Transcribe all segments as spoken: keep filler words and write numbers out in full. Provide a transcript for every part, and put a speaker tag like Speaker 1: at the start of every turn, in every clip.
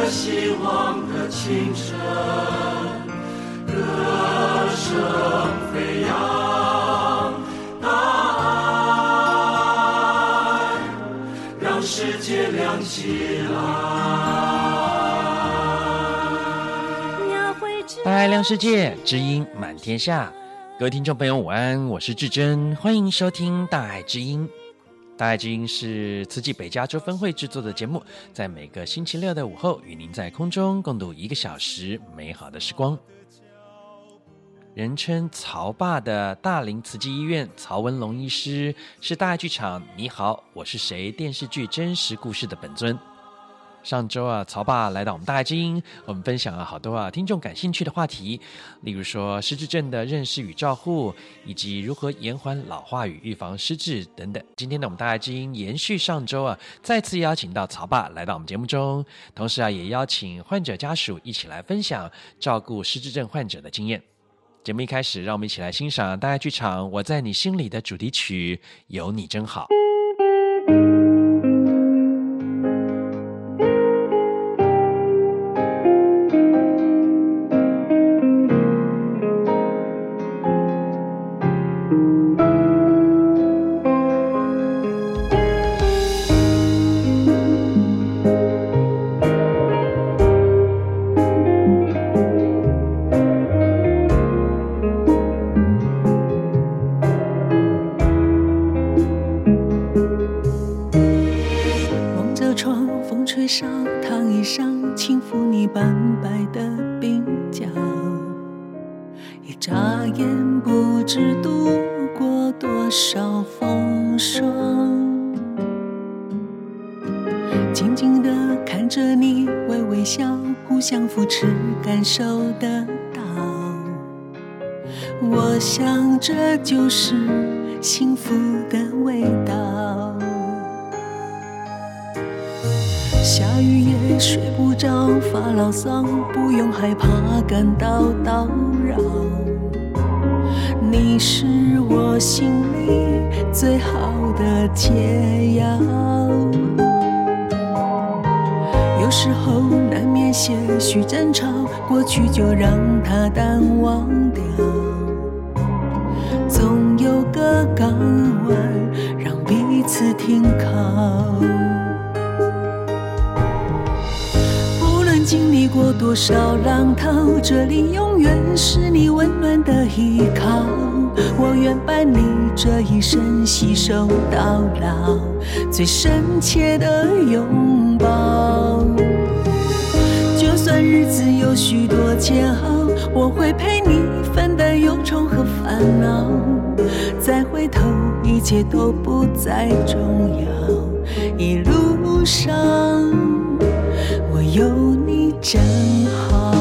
Speaker 1: 希望的清晨，歌声飞扬，大爱让世界亮起来。
Speaker 2: 大爱亮世界，知音满天下。各位听众朋友午安，我是志珍，欢迎收听大爱知音。大爱知音是慈济北加州分会制作的节目，在每个星期六的午后与您在空中共度一个小时美好的时光。人称曹爸的大林慈济医院曹文龙医师，是大爱剧场你好我是谁电视剧真实故事的本尊。上周啊，曹爸来到我们大爱知音，我们分享了好多啊听众感兴趣的话题，例如说失智症的认识与照护，以及如何延缓老化与预防失智等等。今天呢，我们大爱知音延续上周啊，再次邀请到曹爸来到我们节目中，同时啊，也邀请患者家属一起来分享照顾失智症患者的经验。节目一开始，让我们一起来欣赏大爱剧场《我在你心里》的主题曲《有你真好》。
Speaker 3: 感受得到，我想这就是幸福的味道。下雨也睡不着，发牢骚不用害怕感到叨扰。你是我心里最好的解药。有时候难免些许争吵，过去就让它淡忘掉。总有个港湾让彼此停靠。无论经历过多少浪涛，这里永远是你温暖的依靠。我愿伴你这一生携手到老，最深切的拥抱。就算日子有许多煎熬，我会陪你分担忧愁和烦恼。再回头，一切都不再重要。一路上，我有你真好。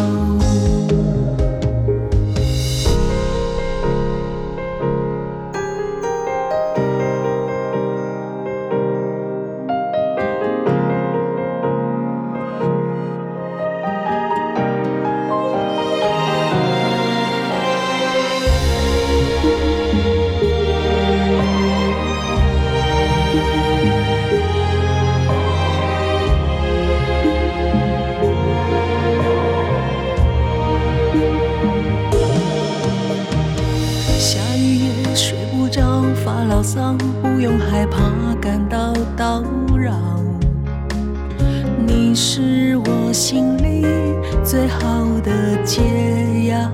Speaker 3: 不用害怕感到叨扰，你是我心里最好的解药。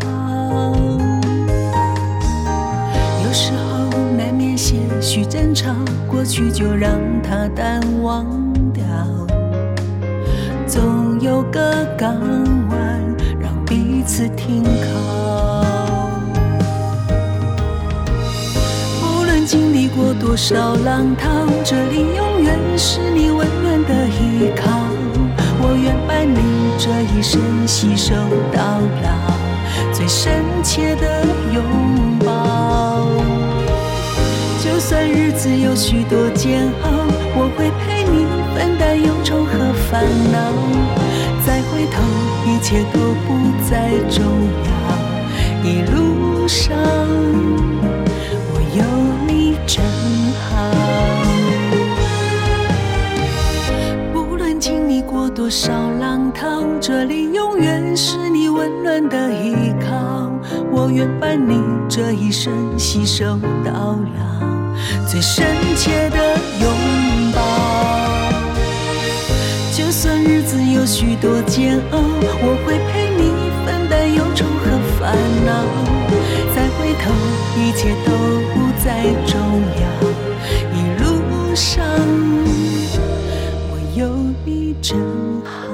Speaker 3: 有时候难免些许争吵，过去就让它淡忘掉。总有个港湾让彼此停靠。经历过多少浪涛，这里永远是你温暖的依靠。我愿伴你这一生携手到老，最深切的拥抱。就算日子有许多煎熬，我会陪你分担忧愁和烦恼。再回头，一切都不再重要。一路上，我有你真好。不论经历过多少浪涛，这里永远是你温暖的依靠。我愿伴你这一生携手到老，最深切的拥抱。就算日子有许多煎熬，我会陪你分担忧愁和烦恼。再回头，一切都不再重要。一路上，我有你真好。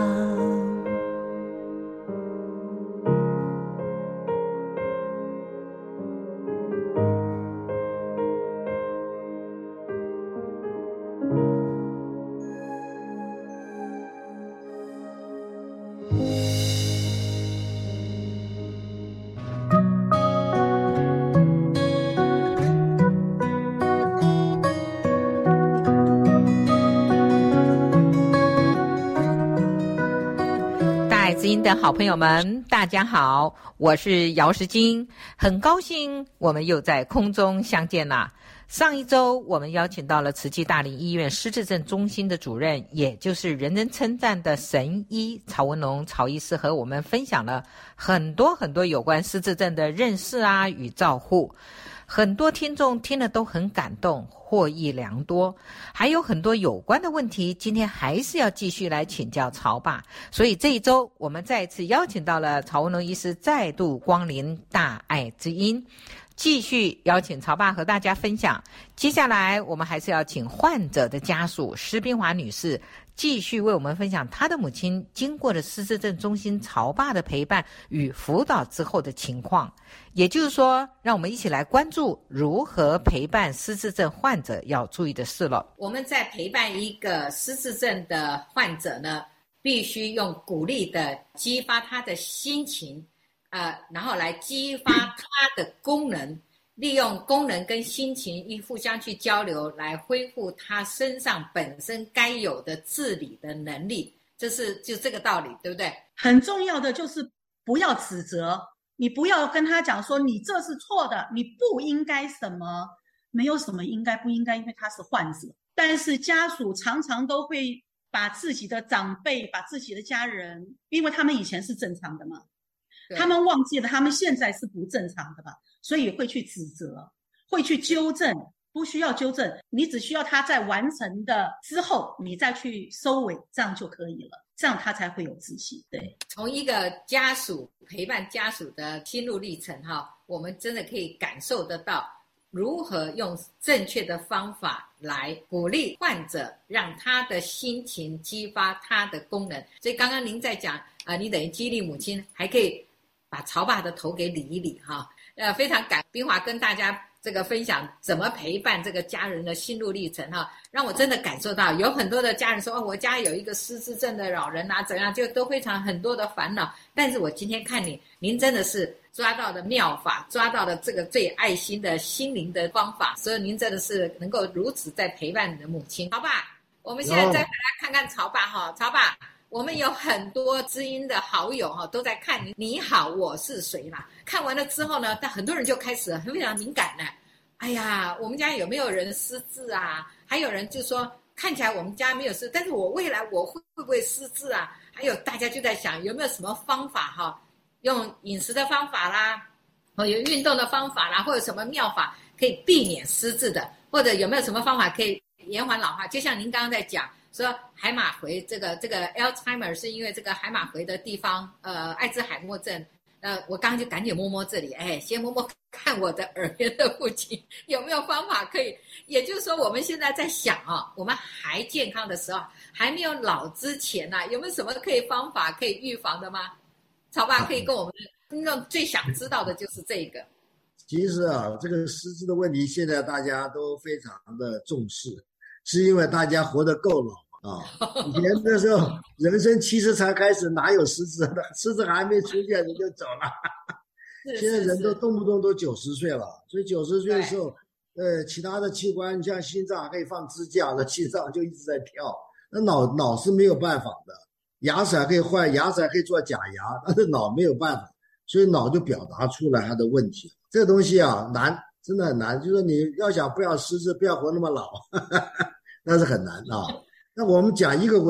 Speaker 4: 的好朋友们大家好，我是姚时金，很高兴我们又在空中相见啦。上一周我们邀请到了慈济大林医院失智症中心的主任，也就是人人称赞的神医曹文龙曹医师，和我们分享了很多很多有关失智症的认识啊与照护。很多听众听了都很感动，获益良多，还有很多有关的问题，今天还是要继续来请教曹爸。所以这一周我们再次邀请到了曹文龙医师再度光临大爱之音，继续邀请曹爸和大家分享。接下来我们还是要请患者的家属施冰华女士继续为我们分享她的母亲经过了失智症中心曹爸的陪伴与辅导之后的情况。也就是说，让我们一起来关注如何陪伴失智症患者要注意的事了。我们在陪伴一个失智症的患者呢，必须用鼓励的激发他的心情，呃，然后来激发他的功能，利用功能跟心情一互相去交流，来恢复他身上本身该有的自理的能力。这是就这个道理，对不对？
Speaker 5: 很重要的就是不要指责，你不要跟他讲说你这是错的，你不应该什么，没有什么应该不应该，因为他是患者。但是家属常常都会把自己的长辈，把自己的家人，因为他们以前是正常的嘛，他们忘记了他们现在是不正常的吧，所以会去指责，会去纠正。不需要纠正，你只需要他在完成的之后你再去收尾，这样就可以了，这样他才会有自信。对，
Speaker 4: 从一个家属陪伴家属的心路历程哈，我们真的可以感受得到如何用正确的方法来鼓励患者，让他的心情激发他的功能。所以刚刚您在讲啊、呃，你等于激励母亲，还可以把曹爸的头给理一理哈。呃，非常感冰华跟大家这个分享怎么陪伴这个家人的心路历程哈，让我真的感受到有很多的家人说哦，我家有一个失智症的老人啊，怎样就都非常很多的烦恼。但是我今天看你，您真的是抓到了妙法，抓到了这个最爱心的心灵的方法，所以您真的是能够如此在陪伴你的母亲。曹爸，我们现在再回来看看曹爸哈，曹爸。我们有很多知音的好友哈，都在看你。你好，我是谁啦？看完了之后呢，但很多人就开始很非常敏感了。哎呀，我们家有没有人失智啊？还有人就说，看起来我们家没有失，但是我未来我会会不会失智啊？还有大家就在想，有没有什么方法哈，用饮食的方法啦，或有运动的方法啦，或者什么妙法可以避免失智的，或者有没有什么方法可以延缓老化？就像您刚刚在讲。说海马回这个这个 Alzheimer 是因为这个海马回的地方，呃，艾滋海默症。呃，我刚刚就赶紧摸摸这里，哎，先摸摸看我的耳边的附近有没有方法可以。也就是说，我们现在在想啊，我们还健康的时候，还没有老之前啊，有没有什么可以方法可以预防的吗？曹爸可以跟我们听众最想知道的就是这个。
Speaker 6: 其实啊，这个失智的问题，现在大家都非常的重视。是因为大家活得够老啊！以前的时候，人生七十才开始，哪有失智的？失智还没出现，人就走了。现在人都动不动都九十岁了，所以九十岁的时候，呃，其他的器官像心脏可以放支架，那心脏就一直在跳。那脑脑是没有办法的，牙齿还可以换，牙齿还可以做假牙，但是脑没有办法，所以脑就表达出来它的问题。这个东西啊，难。真的很难，就是说你要想不要失智，不要活那么老，呵呵，那是很难啊。那我们讲一个问题，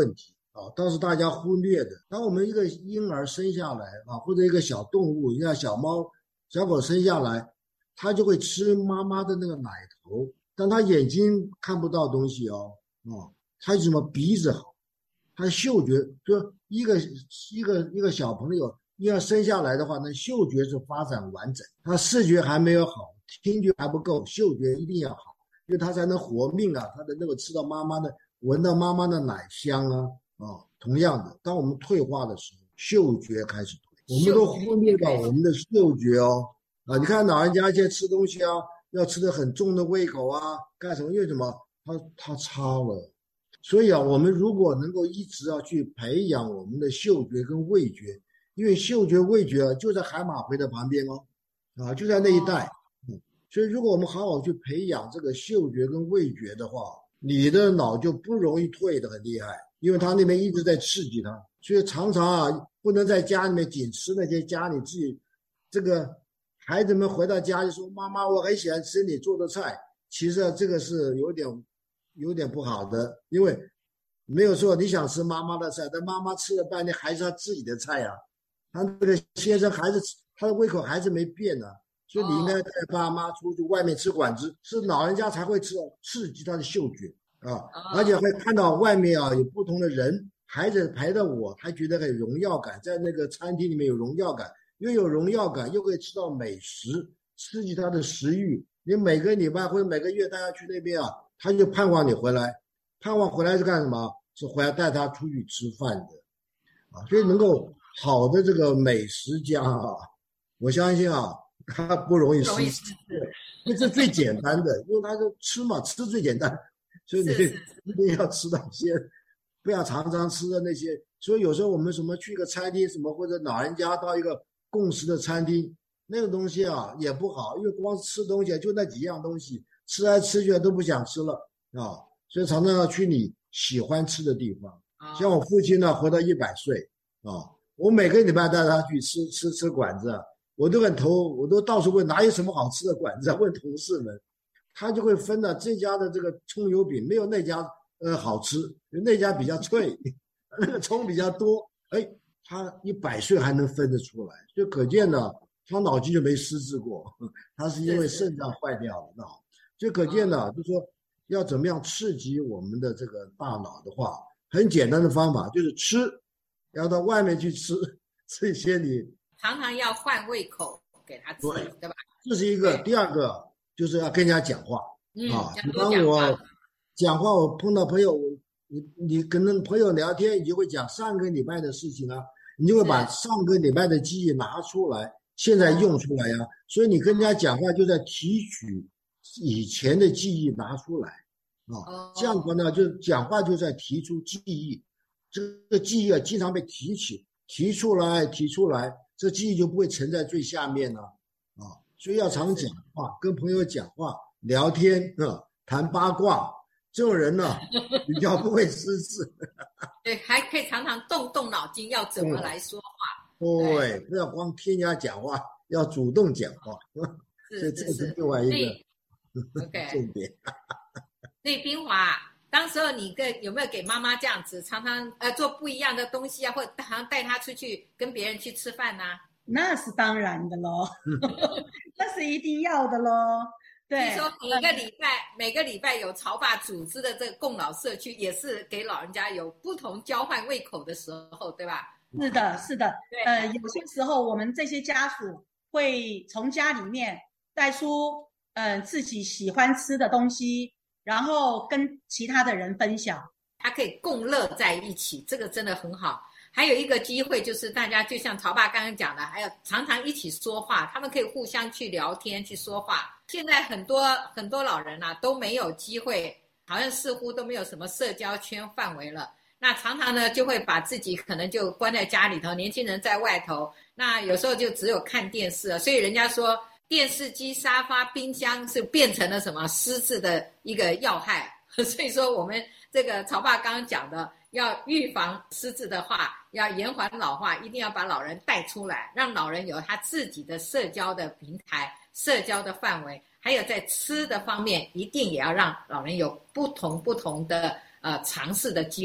Speaker 6: 啊，倒是大家忽略的。当我们一个婴儿生下来啊，或者一个小动物，像小猫、小狗生下来，它就会吃妈妈的那个奶头，但它眼睛看不到东西哦，啊，它什么鼻子好，它嗅觉，就一个一个一个小朋友婴儿生下来的话，那嗅觉是发展完整，他视觉还没有好，听觉还不够，嗅觉一定要好，因为他才能活命啊，他的那个吃到妈妈的，闻到妈妈的奶香啊。啊，同样的，当我们退化的时候，嗅觉开始退，我们都忽略到我们的嗅觉哦。啊，你看老人家现在吃东西啊，要吃的很重的胃口啊，干什么？因为什么？他他差了。所以啊，我们如果能够一直要去培养我们的嗅觉跟味觉，因为嗅觉味觉啊就在海马回的旁边哦，啊，就在那一带。嗯，所以如果我们好好去培养这个嗅觉跟味觉的话，你的脑就不容易退得很厉害。因为他那边一直在刺激他，所以常常啊不能在家里面仅吃那些家里自己这个孩子们回到家里说妈妈我很喜欢吃你做的菜，其实啊这个是有点有点不好的，因为没有说你想吃妈妈的菜，但妈妈吃了半天还是他自己的菜啊，他这个先生还是他的胃口还是没变啊，所以你应该带爸妈出去外面吃馆子，是老人家才会吃，刺激他的嗅觉。啊，而且会看到外面啊有不同的人，孩子陪着我，还觉得很荣耀感，在那个餐厅里面有荣耀感，又有荣耀感，又可以吃到美食，刺激他的食欲。你每个礼拜或者每个月带他去那边啊，他就盼望你回来，盼望回来是干什么？是回来带他出去吃饭的，啊，所以能够好的这个美食家啊，我相信啊，他不容易失智，这是最简单的，因为他就吃嘛，吃最简单。所以你一定要吃到一些，不要常常吃的那些。所以有时候我们什么去个餐厅什么，或者老人家到一个共识的餐厅，那个东西啊也不好，因为光吃东西就那几样东西，吃来吃去都不想吃了啊。所以常常要去你喜欢吃的地方。像我父亲呢，活到一百岁啊，我每个礼拜带他去吃吃吃馆子，我都很头，我都到处问哪有什么好吃的馆子，问同事们。他就会分了这家的这个葱油饼没有那家呃好吃，那家比较脆，那个葱比较多，哎，他一百岁还能分得出来，就可见呢，他脑筋就没失智过，他是因为肾脏坏掉了，所以可见呢，就说要怎么样刺激我们的这个大脑的话，很简单的方法就是吃，要到外面去吃这些你
Speaker 4: 常常要换胃口给他吃， 对, 对吧？
Speaker 6: 这是一个，第二个。就是要跟人家讲话、
Speaker 4: 嗯、
Speaker 6: 啊！你当我讲话，我碰到朋友，你你跟那朋友聊天，你就会讲上个礼拜的事情啊，你就会把上个礼拜的记忆拿出来，现在用出来呀、啊。所以你跟人家讲话，就在提取以前的记忆拿出来啊。这样子呢，就讲话就在提出记忆，这个记忆啊，经常被提起，提出来，提出来，这记忆就不会沉在最下面了啊。所以要常讲话，跟朋友讲话、聊天啊，谈八卦，这种人呢比较不会失智。
Speaker 4: 对，还可以常常动动脑筋，要怎么来说话。
Speaker 6: 对，不要光听人家讲话，要主动讲话。所以这是另外一个重点。
Speaker 4: 所以彬华，当时候你跟有没有给妈妈这样子，常常呃做不一样的东西啊，或者常常带她出去跟别人去吃饭啊？
Speaker 5: 那是当然的咯，那是一定要的咯。对，
Speaker 4: 你说每个礼拜、嗯、每个礼拜有潮爸组织的这个共老社区，也是给老人家有不同交换胃口的时候，对吧？
Speaker 5: 是的，是的。呃，有些时候我们这些家属会从家里面带出呃自己喜欢吃的东西，然后跟其他的人分享，
Speaker 4: 他可以共乐在一起，这个真的很好。还有一个机会就是大家就像曹爸刚刚讲的，还有常常一起说话，他们可以互相去聊天去说话。现在很多很多老人啊都没有机会，好像似乎都没有什么社交圈范围了，那常常呢就会把自己可能就关在家里头，年轻人在外头，那有时候就只有看电视了。所以人家说电视机、沙发、冰箱是变成了什么失智的一个要害。所以说我们这个曹爸刚刚讲的，要预防失智的话，要延缓老化，一定要把老人带出来，让老人有他自己的社交的平台、社交的范围。还有在吃的方面，一定也要让老人有不同不同的呃尝试的机会。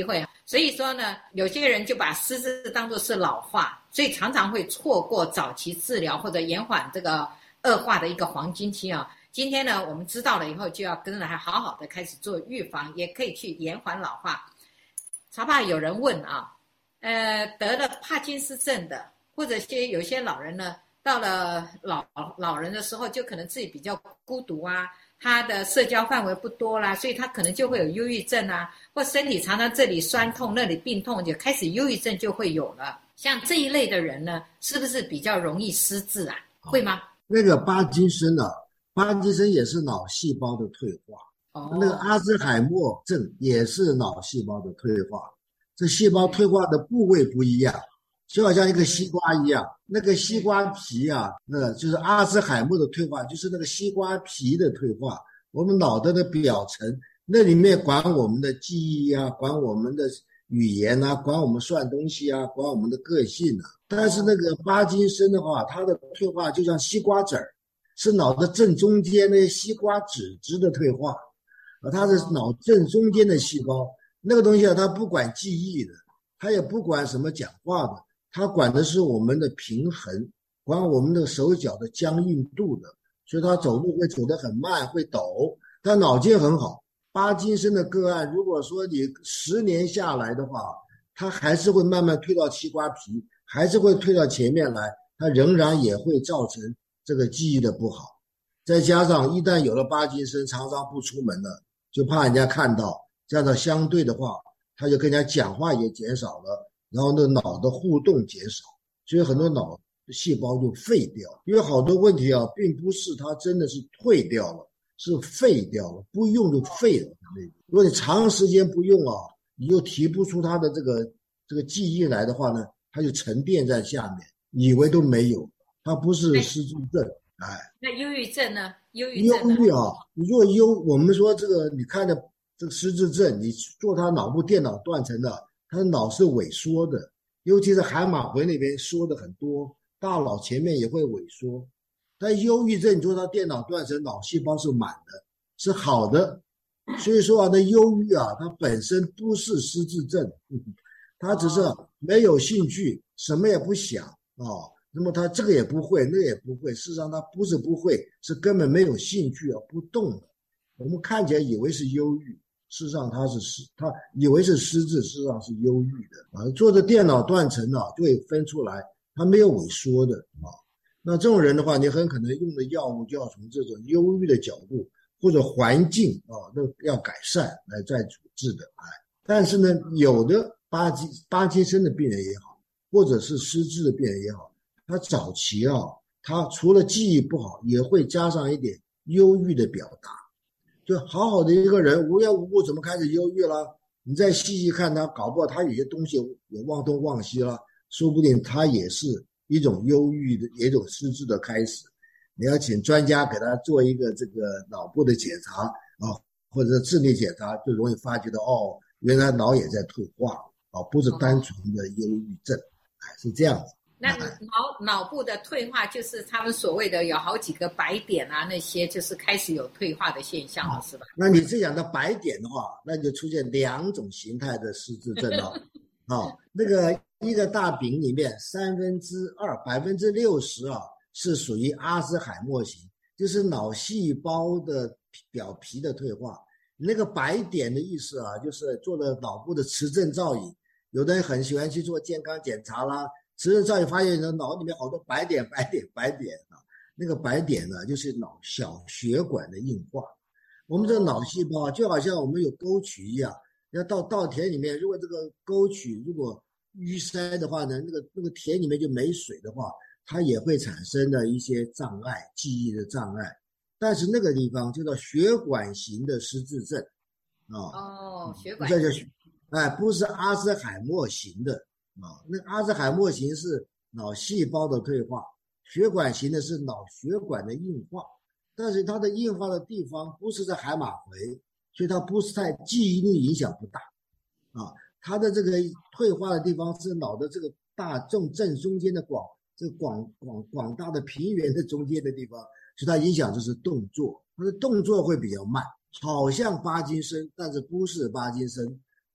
Speaker 4: 所以说呢，有些人就把失智当作是老化，所以常常会错过早期治疗或者延缓这个恶化的一个黄金期啊。今天呢，我们知道了以后，就要跟着还好好的开始做预防，也可以去延缓老化。查怕有人问啊，呃，得了帕金斯症的，或者些有些老人呢，到了老老人的时候，就可能自己比较孤独啊，他的社交范围不多啦，所以他可能就会有忧郁症啊，或身体常常这里酸痛那里病痛，就开始忧郁症就会有了。像这一类的人呢，是不是比较容易失智啊？会吗？
Speaker 6: 那个帕金森啊，帕金森也是脑细胞的退化。哦，那个阿兹海默症也是脑细胞的退化，这细胞退化的部位不一样，就好像一个西瓜一样，那个西瓜皮啊，那就是阿兹海默的退化，就是那个西瓜皮的退化。我们脑袋的表层那里面管我们的记忆啊，管我们的语言啊，管我们算东西啊，管我们的个性啊。但是那个帕金森的话，它的退化就像西瓜籽儿，是脑的正中间那些西瓜籽汁的退化。它是脑正中间的细胞，那个东西啊，它不管记忆的，它也不管什么讲话的，它管的是我们的平衡，管我们的手脚的僵硬度的，所以它走路会走得很慢，会抖，但脑筋很好。帕金森的个案，如果说你十年下来的话，它还是会慢慢退到西瓜皮，还是会退到前面来，它仍然也会造成这个记忆的不好。再加上一旦有了帕金森，常常不出门了，就怕人家看到，这样的相对的话，他就跟人家讲话也减少了，然后呢，脑的互动减少，所以很多脑细胞就废掉。因为好多问题啊，并不是它真的是退掉了，是废掉了，不用就废了。如果你长时间不用啊，你又提不出它的这个这个记忆来的话呢，它就沉淀在下面，以为都没有，它不是失智症。哎，
Speaker 4: 那忧郁症呢？忧郁症
Speaker 6: 忧郁啊，你如果忧，我们说这个，你看的这个失智症，你做他脑部电脑断层的，他的脑是萎缩的，尤其是海马回那边缩的很多，大脑前面也会萎缩。但忧郁症，你做他电脑断层，脑细胞是满的，是好的。所以说啊，那忧郁啊，它本身不是失智症，他只是没有兴趣，什么也不想啊。那么他这个也不会，那个也不会，事实上他不是不会，是根本没有兴趣啊，不动的。我们看起来以为是忧郁，事实上他是失，他以为是失智，事实上是忧郁的啊。做的电脑断层啊，就会分出来，他没有萎缩的啊。那这种人的话，你很可能用的药物就要从这种忧郁的角度或者环境啊，都要改善来再处置的哎。但是呢，有的巴金巴金森的病人也好，或者是失智的病人也好。他早期啊，他除了记忆不好，也会加上一点忧郁的表达。就好好的一个人，无缘无故怎么开始忧郁了？你再细细看他，搞不好他有些东西也忘东忘西了，说不定他也是一种忧郁的，一种失智的开始。你要请专家给他做一个这个脑部的检查啊，或者智力检查，就容易发觉到哦，原来脑也在退化啊，不是单纯的忧郁症，是这样子。
Speaker 4: 那脑脑部的退化，就是他们所谓的有好几个白点啊，那些就是开始有退化的现象了，是吧？
Speaker 6: 那你这讲的白点的话，那就出现两种形态的失智症了。啊，那个一个大饼里面三分之二，百分之六十啊，是属于阿兹海默型，就是脑细胞的表皮的退化。那个白点的意思啊，就是做了脑部的磁振造影，有的人很喜欢去做健康检查啦。磁振造影发现脑里面好多白点白点白点啊，那个白点呢就是脑小血管的硬化。我们这个脑细胞啊，就好像我们有沟渠一样，要到稻田里面，如果这个沟渠如果淤塞的话呢，那个那个田里面就没水的话，它也会产生的一些障碍，记忆的障碍。但是那个地方就叫血管型的失智症啊。
Speaker 4: 哦，血管
Speaker 6: 这就哎，不是阿兹海默型的。啊，那阿兹海默型是脑细胞的退化，血管型的是脑血管的硬化，但是它的硬化的地方不是在海马回，所以它不是在记忆力影响不大啊。它的这个退化的地方是脑的这个大正正中间的广这个广广广大的平原的中间的地方，所以它影响就是动作，它的动作会比较慢，好像帕金森，但是不是帕金森。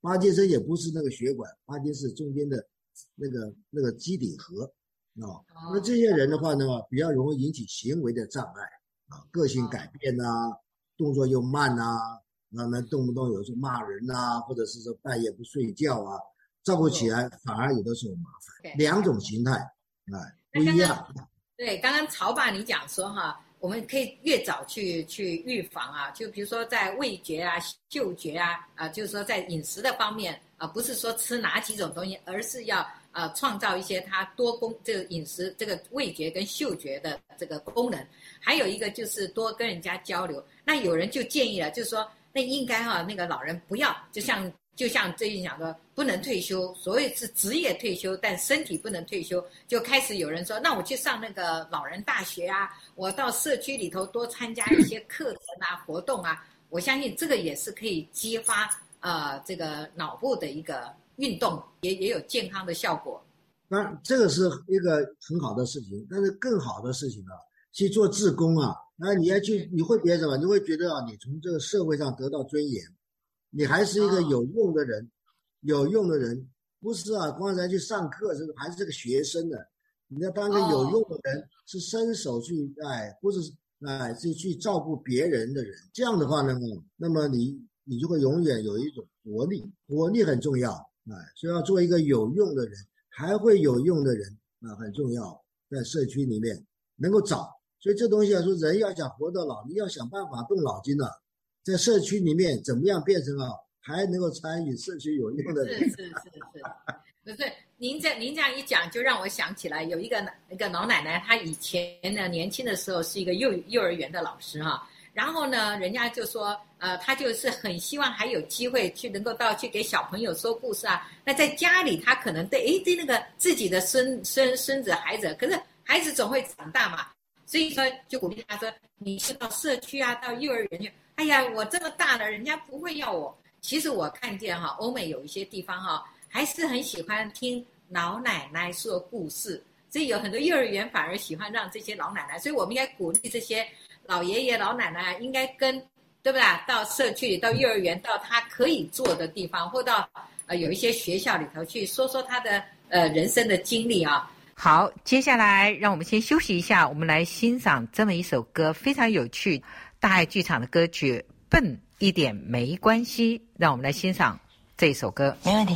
Speaker 6: 帕金森也不是那个血管，帕金是中间的那个那个基底核啊。那这些人的话呢，比较容易引起行为的障碍啊，个性改变啊，动作又慢啊，那么动不动有时候骂人啊，或者是说半夜不睡觉啊，照顾起来反而有的时候麻烦。两种形态，哎，不一样。
Speaker 4: 对，刚刚曹爸你讲说哈，我们可以越早去去预防啊，就比如说在味觉啊、嗅觉啊，啊、呃，就是说在饮食的方面啊、呃，不是说吃哪几种东西，而是要呃创造一些它多功这个饮食这个味觉跟嗅觉的这个功能。还有一个就是多跟人家交流。那有人就建议了，就是说那应该哈、啊、那个老人不要，就像就像最近讲的，不能退休，所谓是职业退休，但身体不能退休，就开始有人说，那我去上那个老人大学啊，我到社区里头多参加一些课程啊、活动啊，我相信这个也是可以激发呃这个脑部的一个运动，也也有健康的效果。
Speaker 6: 当然，这个是一个很好的事情，但是更好的事情啊，去做志工啊，那你要去，你会觉得什么？你会觉得啊，你从这个社会上得到尊严。你还是一个有用的人，哦、有用的人，不是啊，光才去上课，是还是个学生呢。你要当个有用的人，哦、是伸手去哎，不是哎，是去照顾别人的人。这样的话呢，那么你你就会永远有一种活力，活力很重要哎，所以要做一个有用的人，还会有用的人啊，很重要，在社区里面能够找。所以这东西来说，人要想活到老，你要想办法动脑筋了、啊。在社区里面怎么样变成啊还能够参与社区有用的人？
Speaker 4: 是是是是，不是您这您这样一讲，就让我想起来有一个一个老奶奶，她以前呢年轻的时候是一个幼幼儿园的老师哈，然后呢人家就说呃她就是很希望还有机会去能够到去给小朋友说故事啊。那在家里她可能对诶对那个自己的孙孙孙子孩子，可是孩子总会长大嘛，所以说就鼓励她说你是到社区啊，到幼儿园去。哎呀，我这么大了，人家不会要我。其实我看见哈，欧美有一些地方哈，还是很喜欢听老奶奶说故事，所以有很多幼儿园反而喜欢让这些老奶奶。所以我们应该鼓励这些老爷爷老奶奶，应该跟对不对？到社区里，到幼儿园，到他可以做的地方，或到呃有一些学校里头去说说他的呃人生的经历啊。好，接下来让我们先休息一下，我们来欣赏这么一首歌，非常有趣。大爱剧场的歌曲笨一点没关系，让我们来欣赏这首歌。没问题。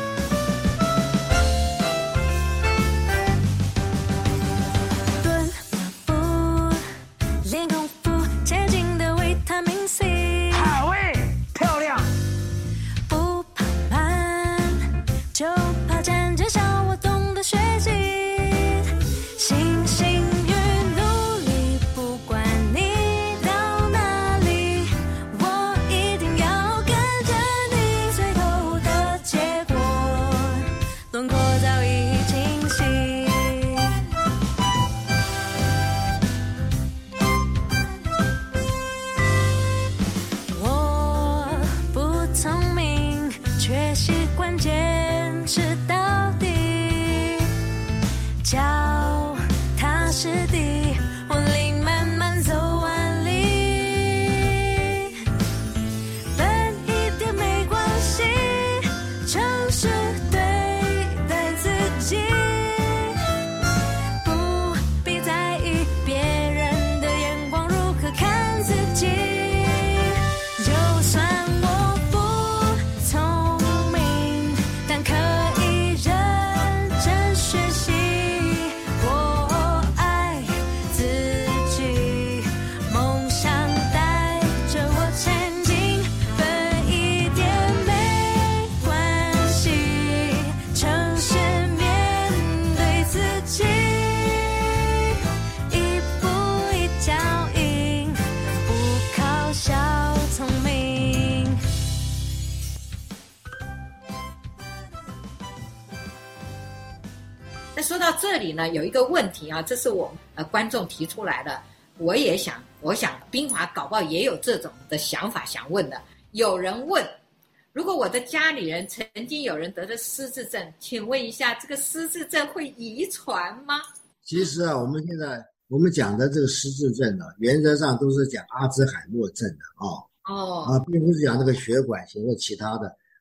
Speaker 7: 蹲马步练功夫，前进的维他命 C。
Speaker 8: 好诶，漂亮。
Speaker 7: 不怕慢，就怕站着笑，我懂得学习。星星
Speaker 4: 说到这里呢，有一个问题啊，这是我们呃观众提出来的，我也想，我想彬华搞不好也有这种的想法想问的。有人问，如果我的家里人曾经有人得了失智症，请问一下，这个失智症会遗传吗？
Speaker 6: 其实啊，我们现在我们讲的这个失智症呢、啊，原则上都是讲阿兹海默症的啊。哦，啊，并不是讲那个血管型或其他的。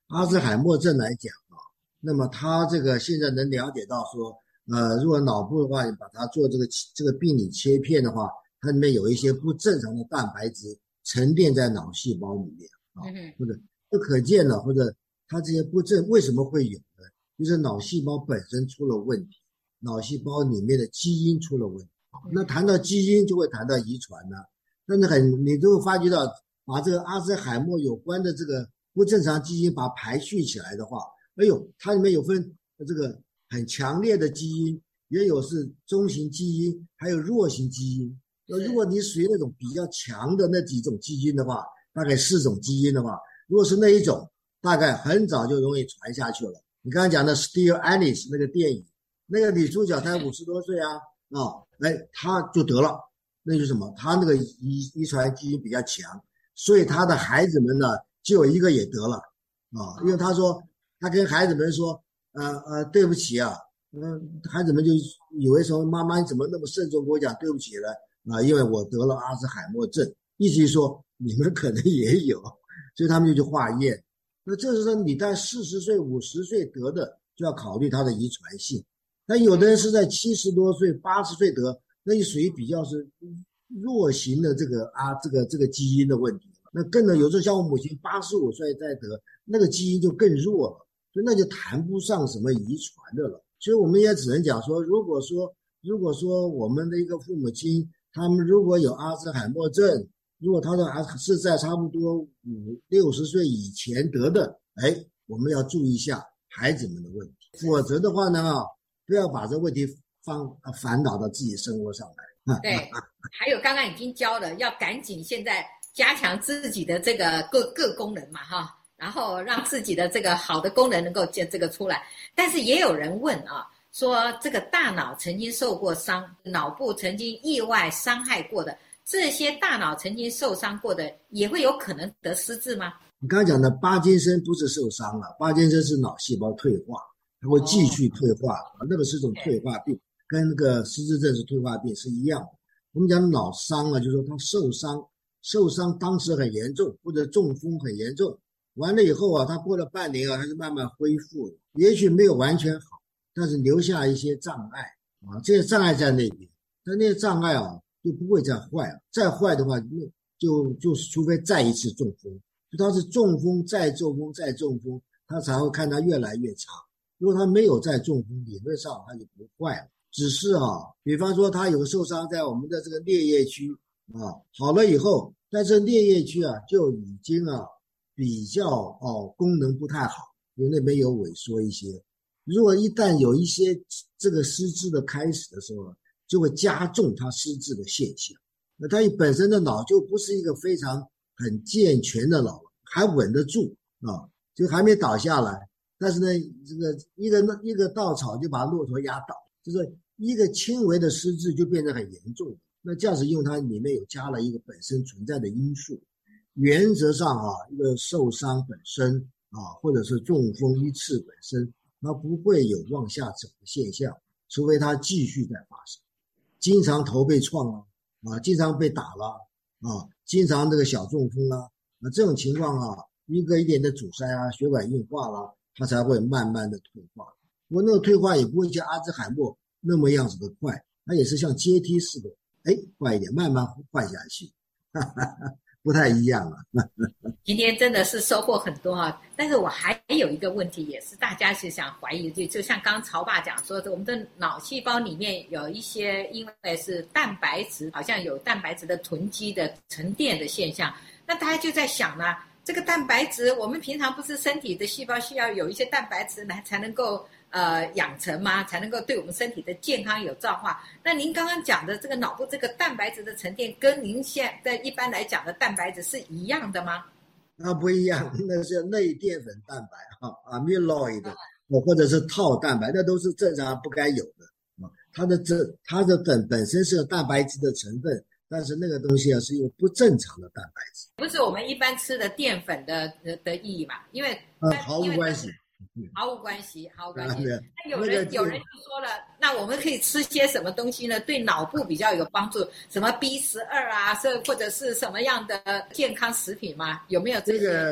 Speaker 6: 阿兹海默症来讲啊，那么他这个现在能了解到说，呃，如果脑部的话，你把它做这个这个病理切片的话，它里面有一些不正常的蛋白质沉淀在脑细胞里面啊，或者不可见了，或者它这些不正为什么会有呢？就是脑细胞本身出了问题，脑细胞里面的基因出了问题。那谈到基因就会谈到遗传呢、啊，但是很你都会发觉到，把这个阿兹海默有关的这个不正常基因把它排序起来的话，哎呦，它里面有分这个很强烈的基因，也有是中型基因，还有弱型基因。如果你属于那种比较强的那几种基因的话，大概四种基因的话，如果是那一种，大概很早就容易传下去了。你刚才讲的 Still Alice 那个电影，那个女主角才五十多岁啊，啊、哦，哎，她就得了，那就是什么？她那个遗遗传基因比较强，所以她的孩子们呢，就有一个也得了啊、哦，因为她说，她跟孩子们说，呃呃，对不起啊，嗯、呃，孩子们就以为说妈妈你怎么那么慎重跟我讲对不起呢？啊，因为我得了阿兹海默症，意思是说你们可能也有，所以他们就去化验。那这是说你在四十岁、五十岁得的，就要考虑它的遗传性。但有的人是在七十多岁、八十岁得，那就属于比较是弱型的这个啊，这个这个基因的问题。那更呢，有时候像我母亲八十五岁再得，那个基因就更弱了，所以那就谈不上什么遗传的了。所以我们也只能讲说，如果说如果说我们的一个父母亲，他们如果有阿兹海默症，如果他的是在差不多五六十岁以前得的，哎，我们要注意一下孩子们的问题，否则的话呢，啊，不要把这个问题放烦恼到自己生活上来。
Speaker 4: 对，还有刚刚已经教了，要赶紧现在加强自己的这个各各功能嘛，哈，然后让自己的这个好的功能能够见这个出来。但是也有人问啊，说这个大脑曾经受过伤，脑部曾经意外伤害过的。这些大脑曾经受伤过的也会有可能得失智吗？
Speaker 6: 你刚才讲的巴金森不是受伤了，巴金森是脑细胞退化，它会继续退化，哦、那个是种退化病，跟那个失智症是退化病是一样的。我们讲脑伤啊，就是说他受伤，受伤当时很严重，或者中风很严重，完了以后啊，他过了半年啊，他就慢慢恢复了，也许没有完全好，但是留下一些障碍啊，这些障碍在那边，但那些障碍啊。就不会再坏了，再坏的话，就就是除非再一次中风，就他是中风再中风再中风，他才会看他越来越差。如果他没有再中风，理论上他就不坏了。只是啊，比方说他有受伤在我们的这个颞叶区啊，好了以后，但是颞叶区啊就已经啊比较哦功能不太好，因为那边有萎缩一些。如果一旦有一些这个失智的开始的时候，就会加重他失智的现象。那他本身的脑就不是一个非常很健全的脑，还稳得住啊，就还没倒下来。但是呢，这个一个一个稻草就把骆驼压倒，就是一个轻微的失智就变得很严重。那这样子用它里面有加了一个本身存在的因素。原则上啊，一个受伤本身啊，或者是中风一次本身，它不会有往下走的现象，除非它继续在发生。经常头被撞啊，啊，经常被打了啊，经常这个小中风啊，那这种情况啊，一个一点的阻塞啊，血管硬化了，它才会慢慢的退化。不过那个退化也不会像阿兹海默那么样子的快，它也是像阶梯似的，哎，快一点，慢慢坏下去，哈哈哈，不太一样啊。
Speaker 4: 今天真的是收获很多啊！但是我还有一个问题，也是大家是想怀疑，就就像刚刚曹爸讲说，我们的脑细胞里面有一些，因为是蛋白质，好像有蛋白质的囤积的沉淀的现象，那大家就在想呢，这个蛋白质，我们平常不是身体的细胞需要有一些蛋白质来才能够呃养成吗？才能够对我们身体的健康有造化。那您刚刚讲的这个脑部这个蛋白质的沉淀，跟您现在一般来讲的蛋白质是一样的吗？
Speaker 6: 那不一样，那是类淀粉蛋白哈 ，amyloid， 或者是套蛋白，那都是正常不该有的啊。它的这它的本本身是有蛋白质的成分，但是那个东西啊是有不正常的蛋白质，
Speaker 4: 不是我们一般吃的淀粉的的, 的意义嘛？因为
Speaker 6: 呃毫无关系。
Speaker 4: 毫无关系，毫无关系。
Speaker 6: 啊、
Speaker 4: 那有人、那个、有人就说了，那我们可以吃些什么东西呢？对脑部比较有帮助，什么 B 十二 啊，是或者是什么样的健康食品吗？有没有这些？
Speaker 6: 这个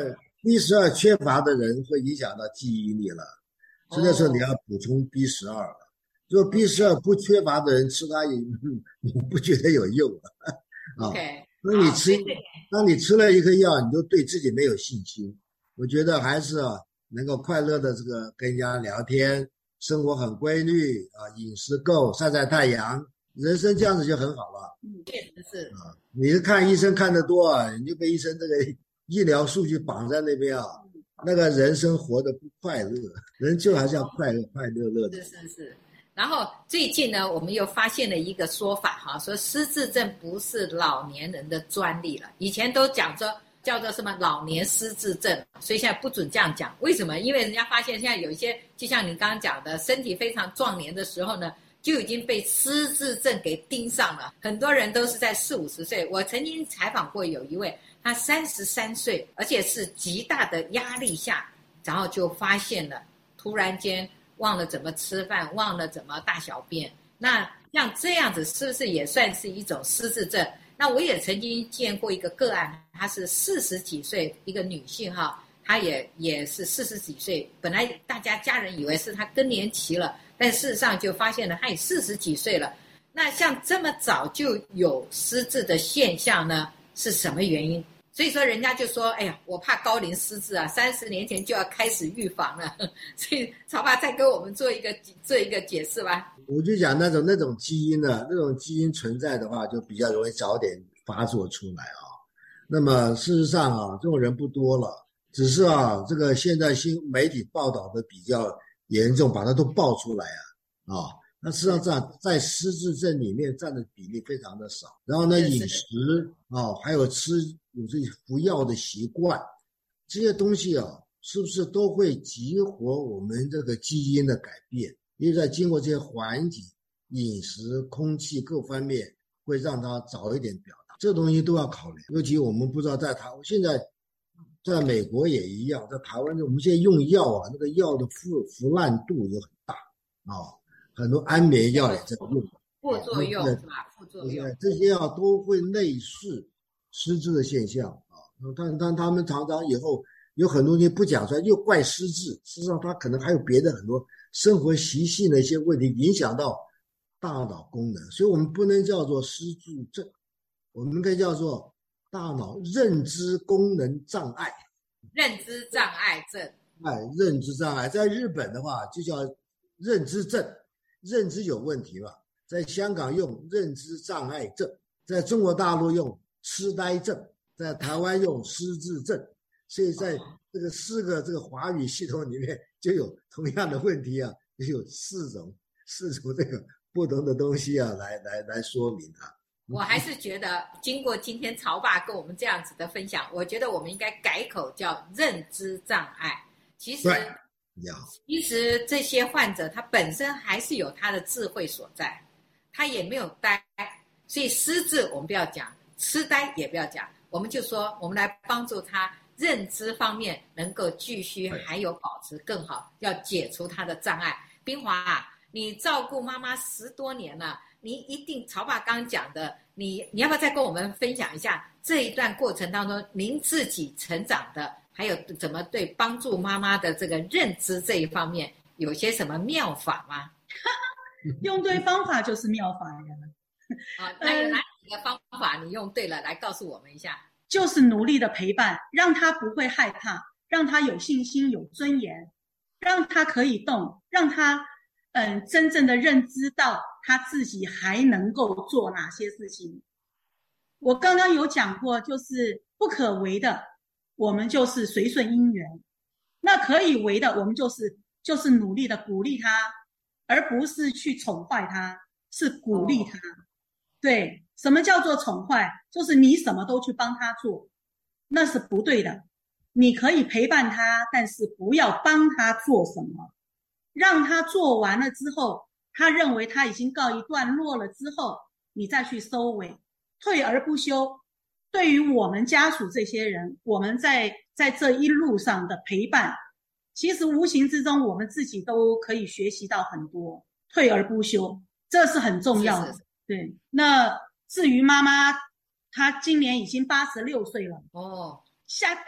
Speaker 6: B 十二缺乏的人会影响到记忆力了，所以那时候你要补充 B 十二了。如果 B 十二不缺乏的人吃它也你不觉得有用啊？
Speaker 4: OK，
Speaker 6: 当你吃当你吃了一颗药，你就对自己没有信心。我觉得还是啊，能够快乐的这个跟人家聊天，生活很规律啊，饮食够，晒晒太阳，人生这样子就很好了。
Speaker 4: 嗯，确实是
Speaker 6: 啊，你是看医生看得多啊，你就被医生这个医疗数据绑在那边啊，那个人生活得不快乐，人就还是要快乐快乐乐的。
Speaker 4: 是是是。然后最近呢，我们又发现了一个说法哈，说失智症不是老年人的专利了。以前都讲说叫做什么老年失智症，所以现在不准这样讲。为什么？因为人家发现现在有一些，就像你刚刚讲的，身体非常壮年的时候呢，就已经被失智症给盯上了。很多人都是在四五十岁。我曾经采访过有一位，他三十三岁，而且是极大的压力下，然后就发现了，突然间忘了怎么吃饭，忘了怎么大小便。那像这样子是不是也算是一种失智症？那我也曾经见过一个个案，她是四十几岁一个女性哈，她也也是四十几岁，本来大家家人以为是她更年期了，但事实上就发现了她也四十几岁了。那像这么早就有失智的现象呢，是什么原因？所以说人家就说，哎呀，我怕高龄失智啊，三十年前就要开始预防了。所以曹爸再跟我们做一个做一个解释吧。
Speaker 6: 我就讲那种那种基因呢，那种基因存在的话，就比较容易早点发作出来啊。那么事实上啊，这种人不多了，只是啊，这个现在新媒体报道的比较严重，把它都爆出来啊啊。那事实上在在失智症里面占的比例非常的少。然后呢，饮食啊，还有吃有这服药的习惯，这些东西啊，是不是都会激活我们这个基因的改变？因为在经过这些环境、饮食、空气各方面，会让它早一点表达。这东西都要考虑。尤其我们不知道在台湾，现在在美国也一样，在台湾我们现在用药啊，那个药的腐腐烂度也很大啊。很多安眠药也在用，
Speaker 4: 副作用是吧？副作用，
Speaker 6: 这些药都会类似失智的现象啊。但但他们常常以后有很多东西不讲出来，又怪失智，事实上他可能还有别的很多生活习性的一些问题影响到大脑功能，所以我们不能叫做失智症，我们应该叫做大脑认知功能障碍。
Speaker 4: 认知障碍症，
Speaker 6: 哎，认知障碍，在日本的话就叫认知症。认知有问题了，在香港用认知障碍症，在中国大陆用痴呆症，在台湾用失智症，所以在这个四个这个华语系统里面就有同样的问题啊，有四种四种这个不同的东西啊，来来来说明啊。
Speaker 4: 我还是觉得，经过今天曹爸跟我们这样子的分享，我觉得我们应该改口叫认知障碍。其实。其实这些患者他本身还是有他的智慧所在，他也没有呆，所以失智我们不要讲，痴呆也不要讲，我们就说我们来帮助他认知方面能够继续还有保持更好，要解除他的障碍。彬华啊，你照顾妈妈十多年了，你一定曹爸刚讲的，你你要不要再跟我们分享一下这一段过程当中您自己成长的，还有怎么对帮助妈妈的这个认知这一方面有些什么妙法吗？
Speaker 5: 用对方法就是妙法呀。
Speaker 4: 啊，那有哪几个方法你用对了，来告诉我们一下。
Speaker 5: 就是努力的陪伴，让他不会害怕，让他有信心、有尊严，让他可以动，让他嗯真正的认知到他自己还能够做哪些事情。我刚刚有讲过，就是不可为的我们就是随顺因缘，那可以为的我们就是就是努力的鼓励他，而不是去宠坏他，是鼓励他。哦，对，什么叫做宠坏？就是你什么都去帮他做，那是不对的。你可以陪伴他，但是不要帮他做什么，让他做完了之后，他认为他已经告一段落了之后，你再去收尾，退而不休。对于我们家属这些人，我们在在这一路上的陪伴，其实无形之中我们自己都可以学习到很多，退而不休，这是很重要的。是是是，对，那至于妈妈，她今年已经八十六岁了哦，下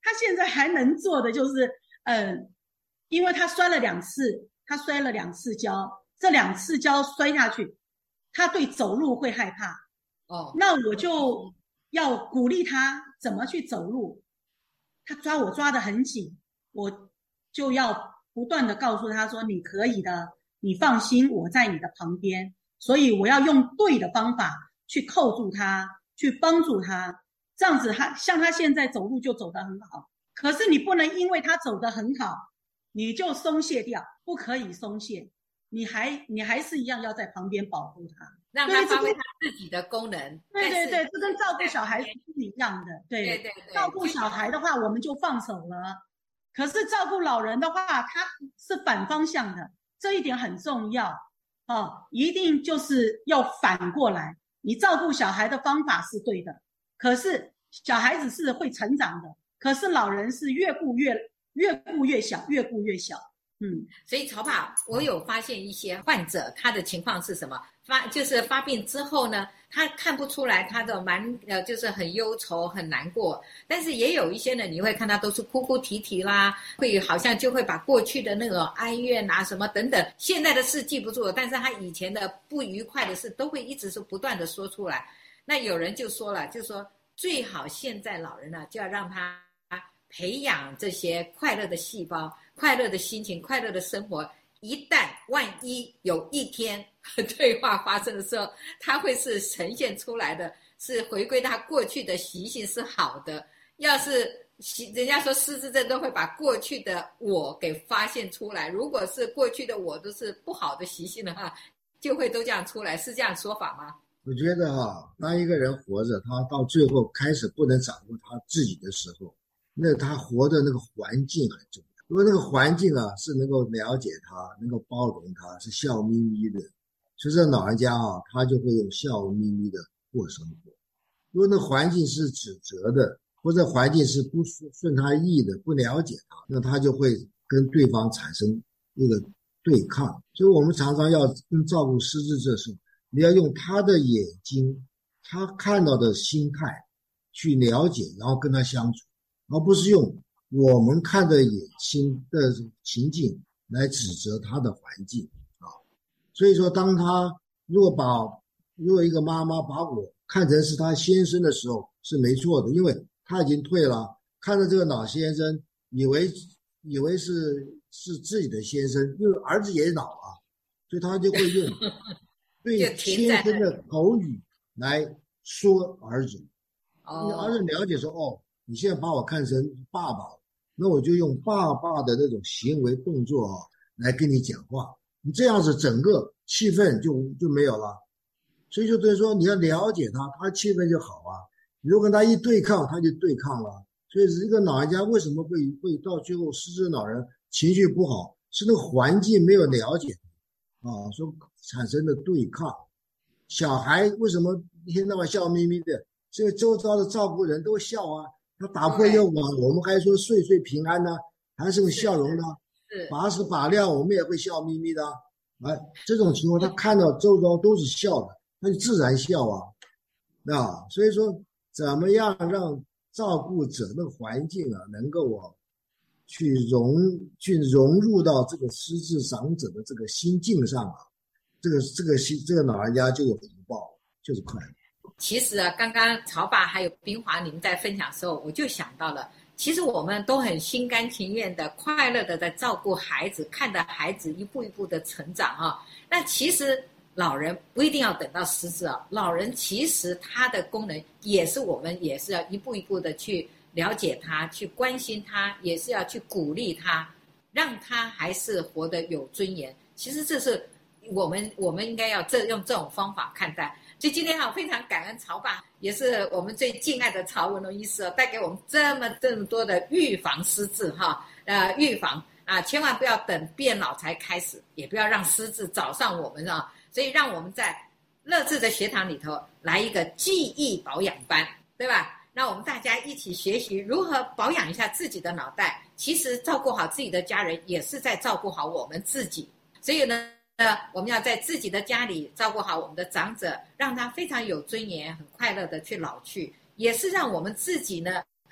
Speaker 5: 他现在还能做的就是，嗯、呃，因为他摔了两次，他摔了两次跤，这两次跤摔下去，他对走路会害怕。
Speaker 4: 哦，
Speaker 5: 那我就要鼓励他怎么去走路。他抓我抓得很紧，我就要不断的告诉他说：“你可以的，你放心，我在你的旁边。”所以我要用对的方法去扣住他，去帮助他。这样子他像他现在走路就走得很好，可是你不能因为他走得很好你就松懈掉，不可以松懈，你还你还是一样要在旁边保护他，
Speaker 4: 让他发挥他自己的功能。
Speaker 5: 对对对，这跟照顾小孩是一样的。对
Speaker 4: 对对对，
Speaker 5: 照顾小孩的话我们就放手了，可是照顾老人的话他是反方向的，这一点很重要哦，一定就是要反过来。你照顾小孩的方法是对的，可是小孩子是会成长的，可是老人是越顾越越顾越小，越顾越小。嗯，
Speaker 4: 所以曹爸，我有发现一些患者他的情况是什么？发就是发病之后呢，他看不出来他的蛮呃就是很忧愁很难过，但是也有一些呢，你会看到都是哭哭啼啼啦，会好像就会把过去的那个哀怨啊什么等等，现在的事记不住了，但是他以前的不愉快的事都会一直是不断的说出来。那有人就说了，就说最好现在老人呢就要让他培养这些快乐的细胞，快乐的心情，快乐的生活。一旦万一有一天对话发生的时候，他会是呈现出来的是回归他过去的习性是好的。要是人家说失智症都会把过去的我给发现出来，如果是过去的我都是不好的习性的话，就会都这样出来，是这样说法吗？
Speaker 6: 我觉得哈，当一个人活着，他到最后开始不能掌握他自己的时候，那他活的那个环境很重要。如果那个环境啊是能够了解他，能够包容他，是笑眯眯的，所以这老人家啊，他就会用笑眯眯的过生活。如果那环境是指责的，或者环境是不顺他意的，不了解他，那他就会跟对方产生一个对抗。所以我们常常要跟照顾失智者时候，你要用他的眼睛，他看到的心态去了解，然后跟他相处，而不是用我们看的眼睛的情境来指责他的环境啊。所以说，当他如果把如果一个妈妈把我看成是他先生的时候，是没错的，因为他已经退了，看着这个老先生，以为以为是是自己的先生，因为儿子也老了，所以他就会用对先生的口语来说儿子。
Speaker 4: 哦，
Speaker 6: 儿子了解说，哦，你现在把我看成爸爸，那我就用爸爸的那种行为动作啊来跟你讲话，你这样子整个气氛就就没有了。所以就等于说你要了解他，他气氛就好啊。你如果跟他一对抗，他就对抗了。所以这个老人家为什么会会到最后失智老人情绪不好，是那个环境没有了解啊，所产生的对抗。小孩为什么一天到晚笑眯眯的？是因为周遭的照顾人都笑啊，他打破又往，我们还说岁岁平安呢、啊，还是个笑容呢、啊。把屎把尿我们也会笑眯眯的啊。啊，这种情况他看到周遭都是笑的，他就自然笑啊。啊，所以说怎么样让照顾者那个环境啊，能够啊去融去融入到这个失智长者的这个心境上啊，这个这个心这个老人家就有福报，就是快乐。
Speaker 4: 其实啊，刚刚曹爸还有冰华你们在分享的时候，我就想到了，其实我们都很心甘情愿的、快乐的在照顾孩子，看着孩子一步一步的成长哈、啊。那其实老人不一定要等到失智啊，老人其实他的功能也是我们也是要一步一步的去了解他，去关心他，也是要去鼓励他，让他还是活得有尊严。其实这是我们我们应该要这用这种方法看待。所以今天哈，非常感恩曹爸，也是我们最敬爱的曹文龙医师哦，带给我们这么这么多的预防失智哈，呃，预防啊，千万不要等变老才开始，也不要让失智找上我们啊。所以让我们在乐智的学堂里头来一个记忆保养班，对吧？那我们大家一起学习如何保养一下自己的脑袋。其实照顾好自己的家人，也是在照顾好我们自己。所以呢，我们要在自己的家里照顾好我们的长者，让他非常有尊严、很快乐的去老去，也是让我们自己呢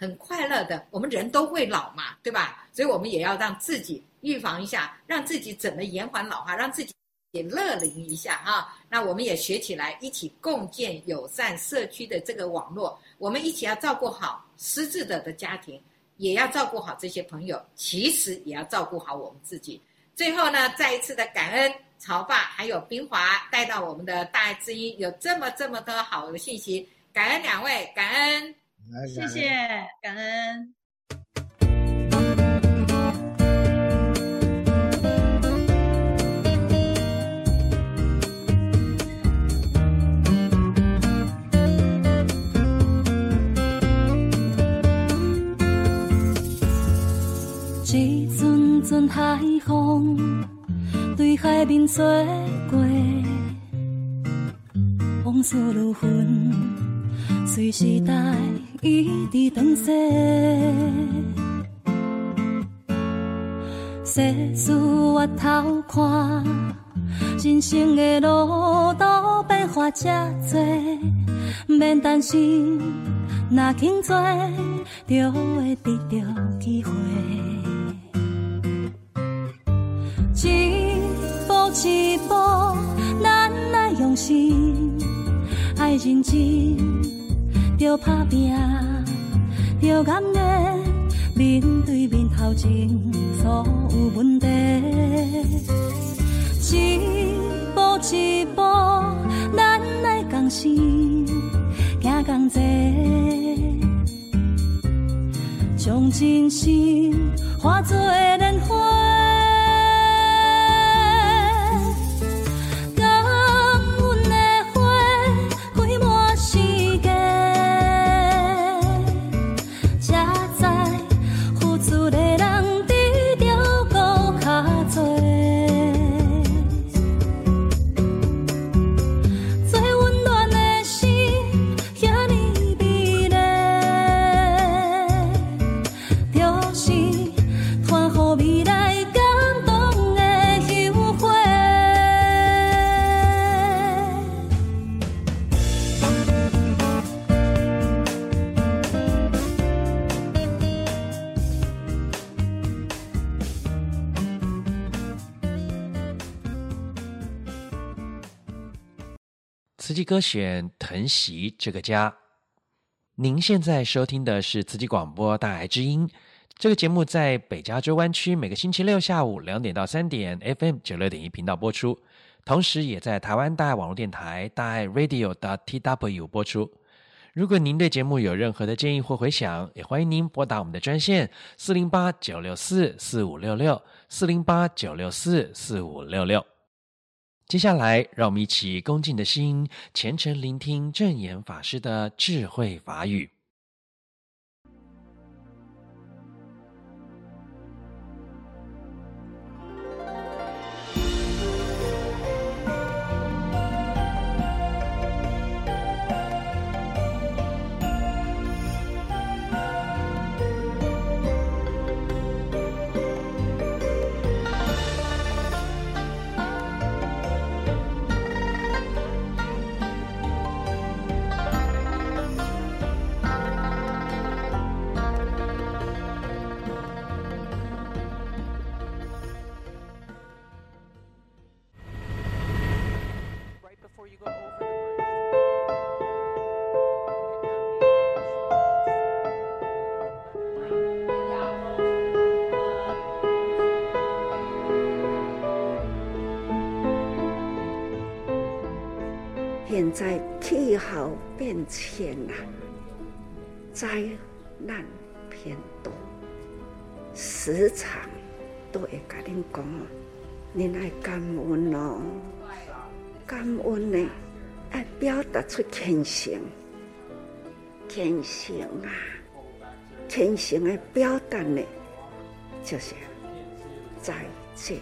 Speaker 4: 很快乐的。我们人都会老嘛，对吧？所以我们也要让自己预防一下，让自己怎么延缓老化，让自己也乐龄一下哈。那我们也学起来，一起共建友善社区的这个网络，我们一起要照顾好失智的的家庭，也要照顾好这些朋友，其实也要照顾好我们自己。最后呢，再一次的感恩曹爸还有冰华带到我们的大爱之音，有这么这么多好的信息，感恩两位，感恩，
Speaker 5: 谢谢，感恩。
Speaker 7: 一阵阵海风对海面吹过，往事如云，随时代一直转逝。世事越头看，人生的路途变化这多，免担心，若肯做，就会得到机会。一步一步，咱来用心，爱认真，着打拼，着甘愿面对面头前所有问题。一步一步，咱来共心，行共济，将真心化作莲花。
Speaker 2: 慈济歌选疼惜这个家。您现在收听的是慈济广播大爱之音，这个节目在北加州湾区每个星期六下午两点到三点 F M 九六点一频道播出，同时也在台湾大爱网络电台大爱 Radio T W 播出。如果您对节目有任何的建议或回响，也欢迎您拨打我们的专线四零八九六四四五六六四零八九六四四五六六。接下来，让我们一起恭敬的心，虔诚聆听证严法师的智慧法语。
Speaker 9: 现在气候变迁啊，灾难偏多，时常都会甲恁讲哦，恁爱感恩哦，感恩呢，爱表达出虔诚，虔诚啊，虔诚的表达呢，就是在这，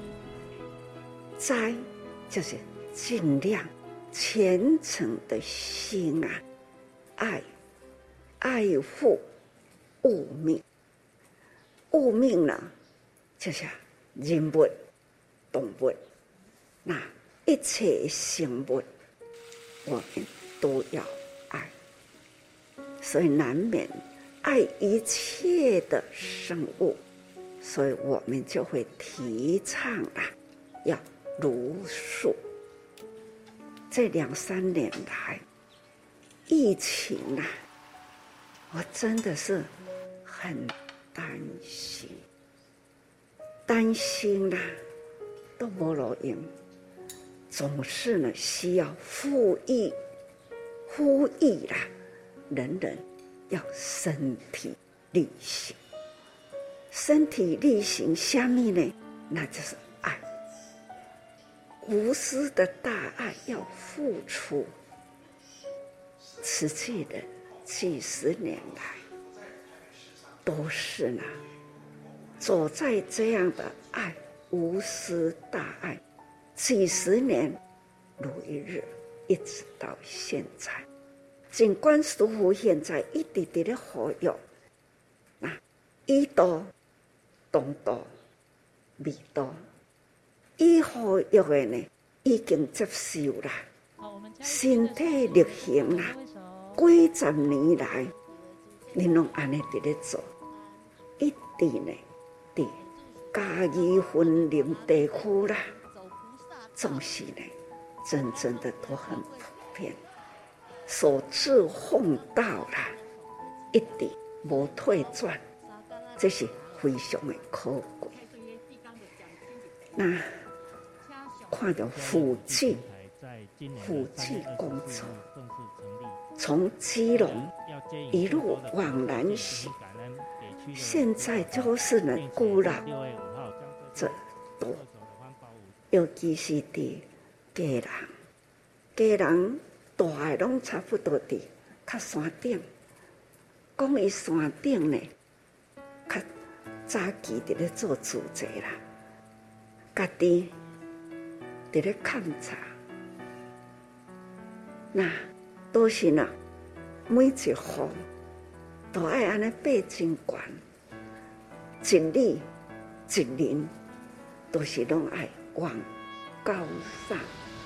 Speaker 9: 在就是尽量。虔诚的心啊，爱爱护物命，物命呢，就是人物、动物，那一切生物，我们都要爱，所以难免爱一切的生物，所以我们就会提倡啊，要茹素。这两三年来，疫情啊，我真的是很担心，担心啊，都没路用，总是呢需要呼吁，呼吁啦，人人要身体力行。身体力行什么呢？那就是爱，无私的大爱要付出。慈济人几十年来都是呢，走在这样的爱，无私大爱，几十年如一日，一直到现在。尽管师父现在一直直的呼吁，那医道、东道、味道，伊呼吁的呢，已经接受啦，身体力行啦，几十年来，你拢安尼伫咧做，一直呢，伫嘉义云林地区啦，总是呢，真正的都很普遍。所至奉道啦，一直无退转，这是非常的可贵。那看到福记，福记工作，从基隆一路往南行，现在就是呢古老这多，尤其是伫家人，家人。大个拢差不多伫较山顶，讲伊山顶呢，较早期伫咧做主席啦，家己伫咧勘察，那都是呢，每一户都爱安尼爬真悬，一里一人都是拢爱往高上。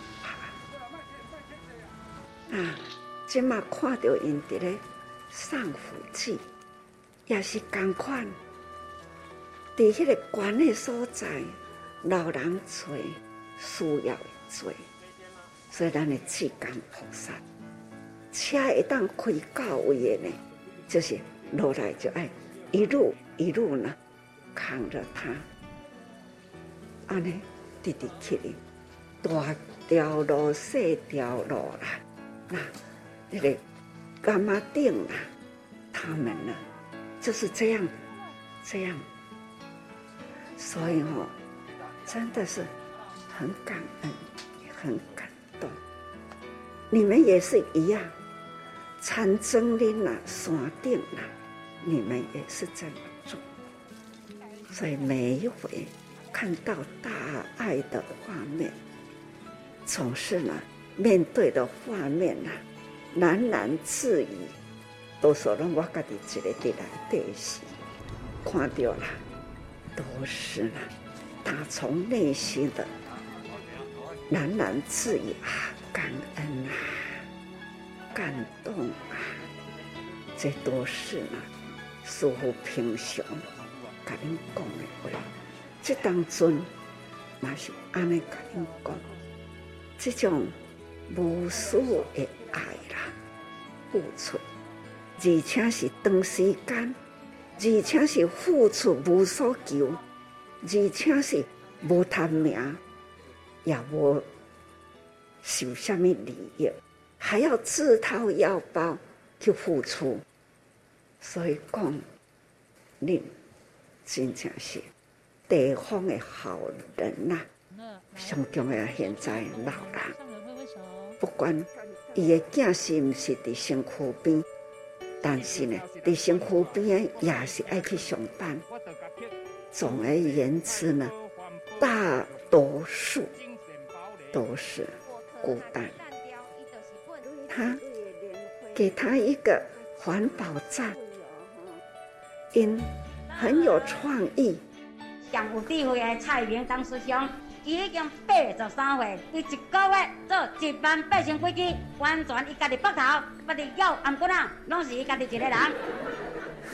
Speaker 9: 啊！即马看到因伫咧送福记，也是同款。伫迄个悬的所在，老人多，需要多，所以咱的济公菩萨，车一旦开到位的呢，就是落来就爱一路一路呢扛着他，安尼直直去哩，大条路、小条路啦。那那个干妈店啊，他们呢就是这样这样，所以哦，真的是很感恩，也很感动。你们也是一样，参真林啦、山顶啦，你们也是这么做。所以每一回看到大爱的画面，总是呢。面对的画面啊，喃喃自语，都说让我家己一个伫内底是看到了，都是呢，打从内心的喃喃自语啊，感恩啊，感动啊，这都是呢，师父平常甲恁讲的话，这当中嘛是安尼甲恁讲，这种。无私的爱啦，付出，而且是长时间，而且是付出无所求，而且是无贪名，也无受什么利益，还要自掏腰包去付出。所以讲，恁真正是地方的好人呐、啊，上重要现在老人。不管伊的囝是毋是伫身躯边，但是呢，伫身躯边也是爱去上班。总而言之呢，大多数都是孤单。他给他一个环保站，因很有创意。
Speaker 10: 上有智慧的蔡明当师兄。伊已经八十三岁，伊一个月做一万八千几支，完全伊家己膊头，不得要颔骨啊，拢是伊家己一个人。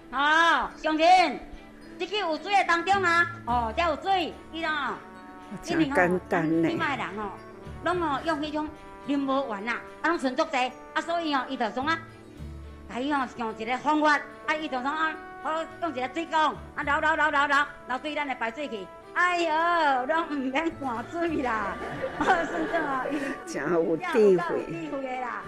Speaker 10: 哦，相信，这个有水的当中啊，哦，才有水，伊啦，
Speaker 9: 真简单呢。
Speaker 10: 即卖人哦，拢哦用迄种啉无完啦，啊，拢存足济，啊，所以哦，伊就从啊，甲伊哦用一个方法，啊，伊就从啊，好用一个水缸，啊，捞捞捞捞捞，捞对咱的排水去。哎呦，拢唔免换水啦，算正啊，
Speaker 9: 真有智慧。
Speaker 10: 智慧的啦。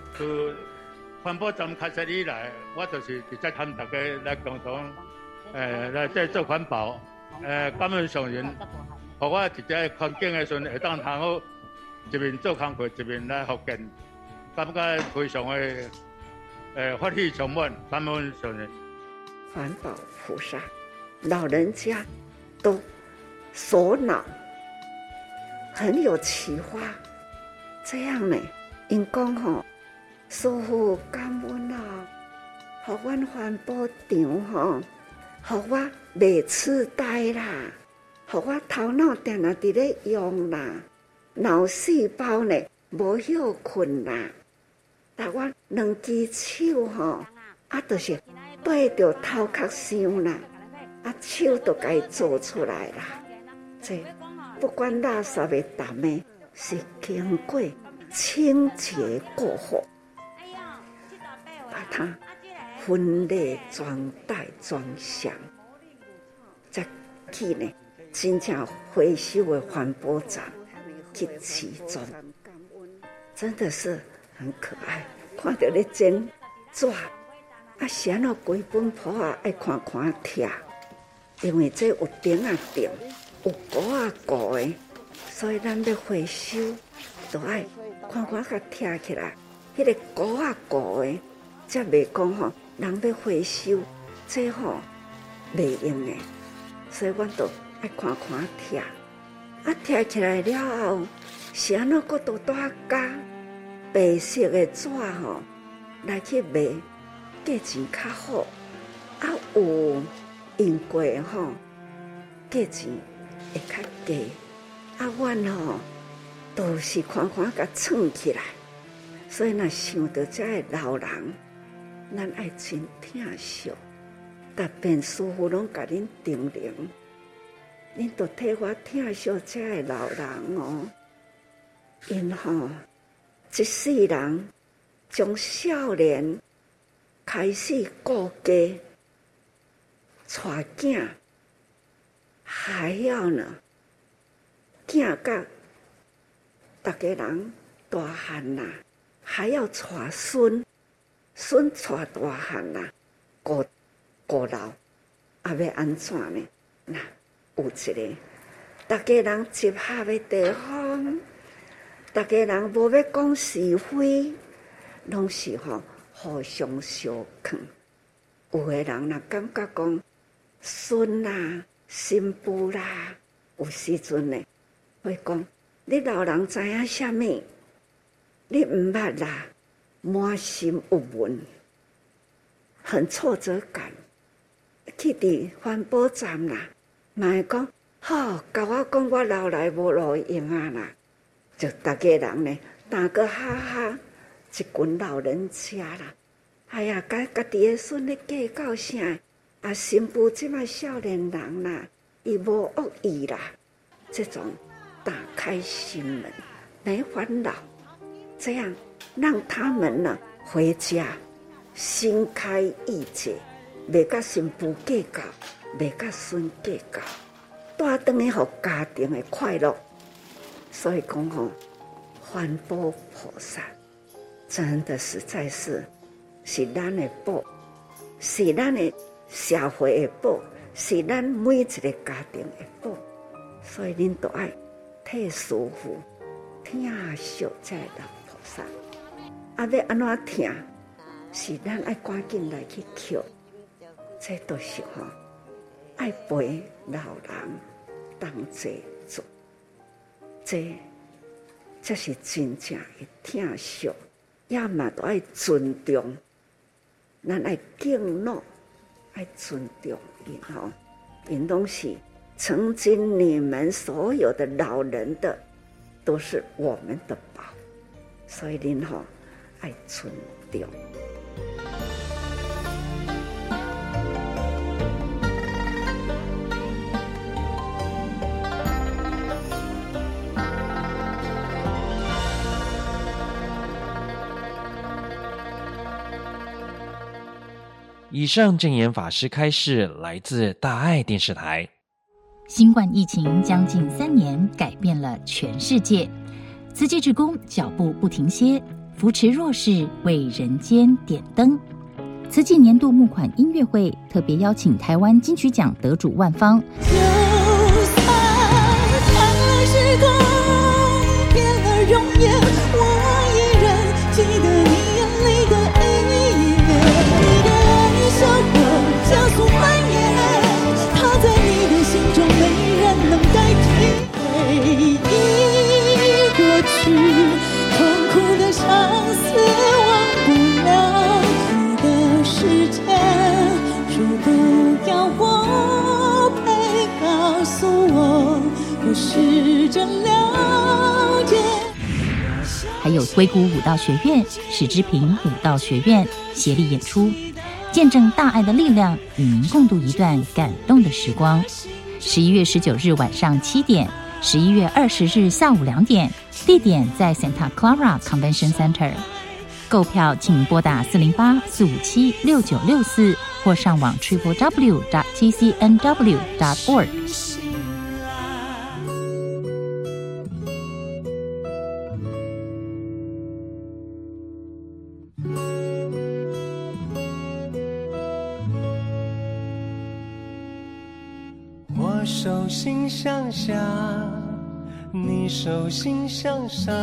Speaker 11: từ环保站开始以来，我就是直接喊大家来共同，诶、来即做环保，诶、感恩上人，互我直接环境的时阵会当通好，一面做工课，一面来福建，感觉非常的诶法喜充满，感恩上人。
Speaker 9: 环保菩萨，老人家都首脑很有启发，这样呢，因讲吼。师父感恩啊，互阮环保场吼，互我袂痴呆啦，互我头脑定定伫咧用啦，脑细胞呢无休困啦，但我两只手吼，啊，就是对着头壳想啦，啊，手都该做出来啦。这不管垃圾的淡的，是经过清洁过后。把它分类装袋装箱，再去呢，真正回收的环保站去集中，真的是很可爱。看到咧剪纸，啊，是安怎规本簿啊爱看看拆，因为这有顶啊顶，有鼓啊鼓的，所以咱要回收，都爱看看甲拆起来，迄、那个鼓啊鼓的。才袂讲吼，人要回收，这吼袂用的，所以阮都爱看看拆，啊拆起来了后，是安怎佫都大加白色的纸吼来去卖，价钱较好，啊有用过吼，价钱会较低，啊阮吼都是看看甲藏起来，所以若想到这个老人。咱爱真疼惜，甲便师傅拢甲恁叮咛，恁都替我疼惜这个老人哦。因吼一世人从少年开始顾家、带囝，还要呢囝甲大家人大汉啦，还要带孙。孙带大汉啦，顾顾老，啊要安怎呢？那有一个，大家人集合的地方，大家人无要讲是非，拢是吼互相相劝。有的人若感觉讲孙啦、新妇啦，有时阵呢会讲你老人知影啥物？你毋捌啦。满心有问，很挫折感。去伫环保站啦，嘛会讲，好，甲我讲我老来无路用啊啦，就大家人呢，打个哈哈，一群老人家啦，哎呀，甲家己的孙咧计较啥？啊，新妇即摆少年人啦，伊无恶意啦，这种打开心门，没烦恼，这样。让他们呢回家心开意解，袂甲新妇计较，袂甲孙计较，带转去互家庭的快乐。所以讲吼，环保菩萨真的实在是是咱的宝，是咱的社会的宝，是咱每一个家庭的宝。所以恁都爱替师父疼惜这个菩萨。啊，要安怎听？是咱爱赶紧来去捡，这都是吼爱陪老人同齐做，这这是真正的疼惜，也嘛都爱尊重，咱爱敬老，爱尊重因吼，因拢是曾经你们所有的老人的，都是我们的宝，所以您吼。爱尊重。
Speaker 2: 以上证言法师开示来自大爱电视台。
Speaker 12: 新冠疫情将近三年，改变了全世界。慈济志工脚步不停歇，扶持弱势，为人间点灯。慈济年度募款音乐会特别邀请台湾金曲奖得主万芳。
Speaker 3: 就算换了时空，变了容颜，我依然记得你眼里的一面。你的爱笑火加速蔓延，它在你的心中没人能代替。回忆过去，痛苦的相思忘不了。你的世界，如果要我陪，告诉我，我试着了解。
Speaker 12: 还有硅谷舞蹈学院、史之平舞蹈学院协力演出，见证大爱的力量，与您共度一段感动的时光。十一月十九日晚上七点，十一月二十日下午两点，地点在 Santa Clara Convention Center。购票请拨打四零八四五七六九六四，或上网 triple w dot t c n w dot org。
Speaker 13: 我手心向下，你手心向上，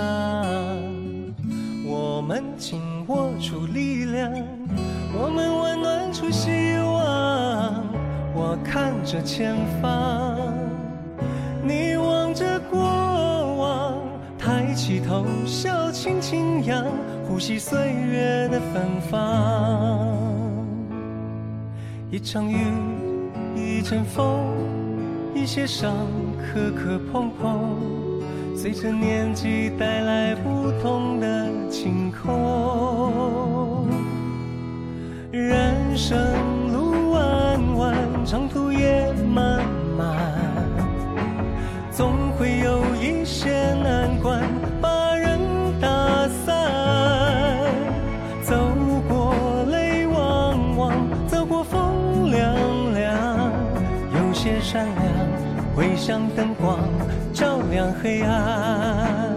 Speaker 13: 我们紧握出力量，我们温暖出希望。我看着前方，你望着过往，抬起头，笑轻轻扬，呼吸岁月的芬芳。一场雨，一阵风，一些伤，磕磕碰碰，随着年纪带来不同的晴空。人生路弯弯，长途也漫漫，总会有一些难关把人打散。走过泪汪汪，走过风凉凉，有些善良会像灯光照亮黑暗。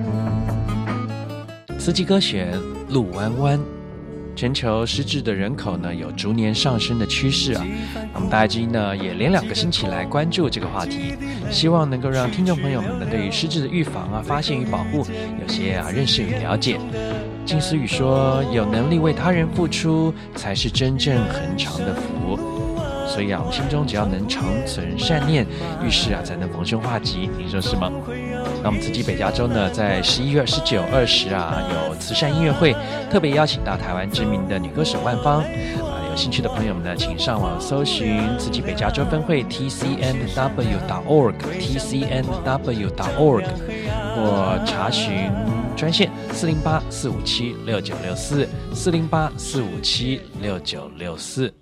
Speaker 2: 慈济歌选路弯弯，全球失智的人口呢有逐年上升的趋势啊。我们大爱之音呢也连两个星期来关注这个话题，希望能够让听众朋友们呢对于失智的预防啊、发现与保护有些啊认识与了解。金思语说，有能力为他人付出，才是真正恒长的福。所以啊，我们心中只要能常存善念，遇事啊才能逢凶化吉，您说是吗？那我们慈济北加州呢，在十一月二十九、二十啊，有慈善音乐会，特别邀请到台湾知名的女歌手万芳。啊，有兴趣的朋友们呢，请上网搜寻慈济北加州分会 T C N W dot org T C N W dot org， 或查询专线四零八四五七六九六四四零八四五七六九六四。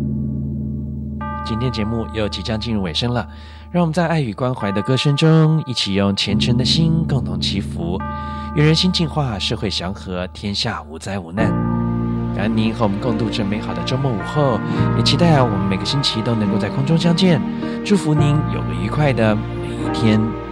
Speaker 2: 今天节目又即将进入尾声了，让我们在爱与关怀的歌声中，一起用虔诚的心共同祈福，愿人心净化，社会祥和，天下无灾无难。感恩您和我们共度这美好的周末午后，也期待我们每个星期都能够在空中相见。祝福您有个愉快的每一天。